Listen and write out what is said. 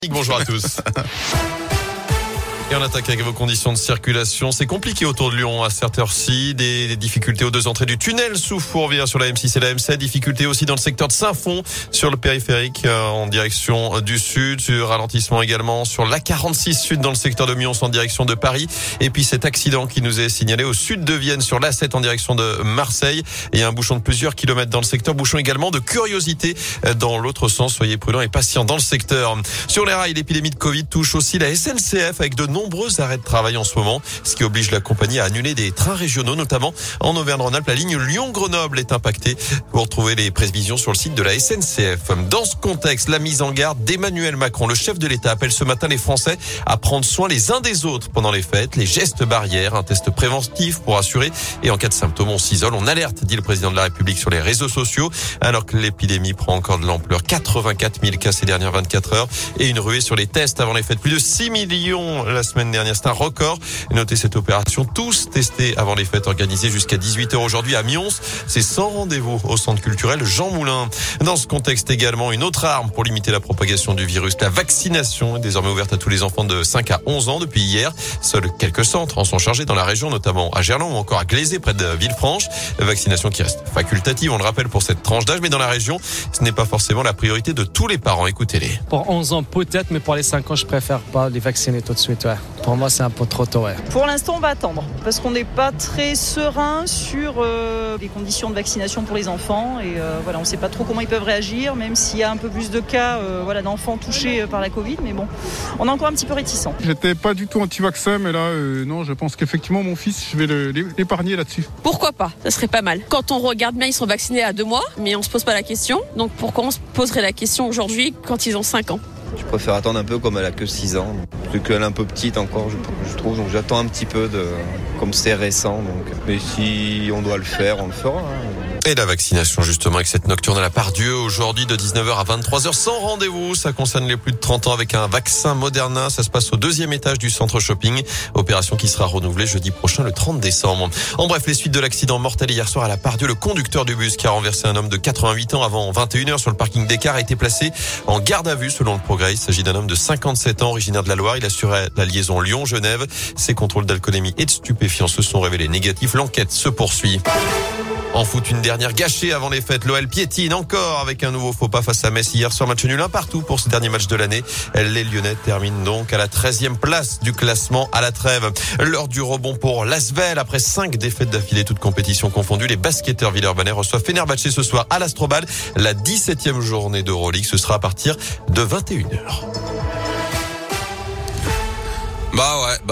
Bonjour à tous. Et on attaque avec vos conditions de circulation. C'est compliqué autour de Lyon à cette heure-ci. Des difficultés aux deux entrées du tunnel sous Fourvière sur la M6 et la M7. Difficultés aussi dans le secteur de Saint-Fond sur le périphérique en direction du sud. Sur ralentissement également sur l'A46 sud dans le secteur de Mions en direction de Paris. Et puis cet accident qui nous est signalé au sud de Vienne sur l'A7 en direction de Marseille. Et un bouchon de plusieurs kilomètres dans le secteur. Bouchon également de curiosité dans l'autre sens. Soyez prudents et patients dans le secteur. Sur les rails, l'épidémie de Covid touche aussi la SNCF avec de nombreux arrêts de travail en ce moment, ce qui oblige la compagnie à annuler des trains régionaux, notamment en Auvergne-Rhône-Alpes. La ligne Lyon-Grenoble est impactée. Vous retrouvez les prévisions sur le site de la SNCF. Dans ce contexte, la mise en garde d'Emmanuel Macron, le chef de l'État, appelle ce matin les Français à prendre soin les uns des autres pendant les fêtes. Les gestes barrières, un test préventif pour assurer et en cas de symptômes, on s'isole, on alerte, dit le président de la République sur les réseaux sociaux, alors que l'épidémie prend encore de l'ampleur. 84 000 cas ces dernières 24 heures et une ruée sur les tests avant les fêtes. Plus de 6 millions la semaine dernière, c'est un record. Et notez cette opération, tous testés avant les fêtes, organisée jusqu'à 18h aujourd'hui à Mions. C'est sans rendez-vous au centre culturel Jean Moulin. Dans ce contexte également, une autre arme pour limiter la propagation du virus. La vaccination est désormais ouverte à tous les enfants de 5 à 11 ans depuis hier. Seuls quelques centres en sont chargés dans la région, notamment à Gerland ou encore à Glaisé près de Villefranche. Vaccination qui reste facultative, on le rappelle, pour cette tranche d'âge, mais dans la région, ce n'est pas forcément la priorité de tous les parents. Écoutez-les. Pour 11 ans peut-être, mais pour les 5 ans, je préfère pas les vacciner tout de suite. Ouais. Pour moi, c'est un peu trop tôt. Ouais. Pour l'instant, on va attendre parce qu'on n'est pas très serein sur les conditions de vaccination pour les enfants et voilà, on ne sait pas trop comment ils peuvent réagir, même s'il y a un peu plus de cas d'enfants touchés par la Covid, mais bon, on est encore un petit peu réticents. J'étais pas du tout anti-vaccin, mais là, non, je pense qu'effectivement, mon fils, je vais l'épargner là-dessus. Pourquoi pas ? Ça serait pas mal. Quand on regarde bien, ils sont vaccinés à 2 mois, mais on se pose pas la question. Donc pourquoi on se poserait la question aujourd'hui quand ils ont 5 ans ? Je préfère attendre un peu comme elle a que 6 ans. Vu qu'elle est un peu petite encore, je trouve. Donc j'attends un petit peu comme c'est récent. Donc. Mais si on doit le faire, on le fera. Et la vaccination justement avec cette nocturne à la Part-Dieu aujourd'hui de 19h à 23h sans rendez-vous. Ça concerne les plus de 30 ans avec un vaccin Moderna. Ça se passe au 2e étage du centre shopping. Opération qui sera renouvelée jeudi prochain le 30 décembre. En bref, les suites de l'accident mortel hier soir à la Part-Dieu. Le conducteur du bus qui a renversé un homme de 88 ans avant 21h sur le parking d'Écart a été placé en garde à vue selon le Progrès. Il s'agit d'un homme de 57 ans originaire de la Loire. Il assurait la liaison Lyon-Genève. Ses contrôles d'alcoolémie et de stupéfiants se sont révélés négatifs. L'enquête se poursuit. En foot, une dernière gâchée avant les fêtes. L'OL piétine encore avec un nouveau faux pas face à Metz hier soir. Match nul 1 partout pour ce dernier match de l'année. Les Lyonnais terminent donc à la 13e place du classement à la trêve. L'heure du rebond pour l'Asvel. Après 5 défaites d'affilée, toutes compétitions confondues, les basketteurs villeurbanais reçoivent Fenerbahçe ce soir à l'Astrobal. La 17e journée d'Euroleague, ce sera à partir de 21h.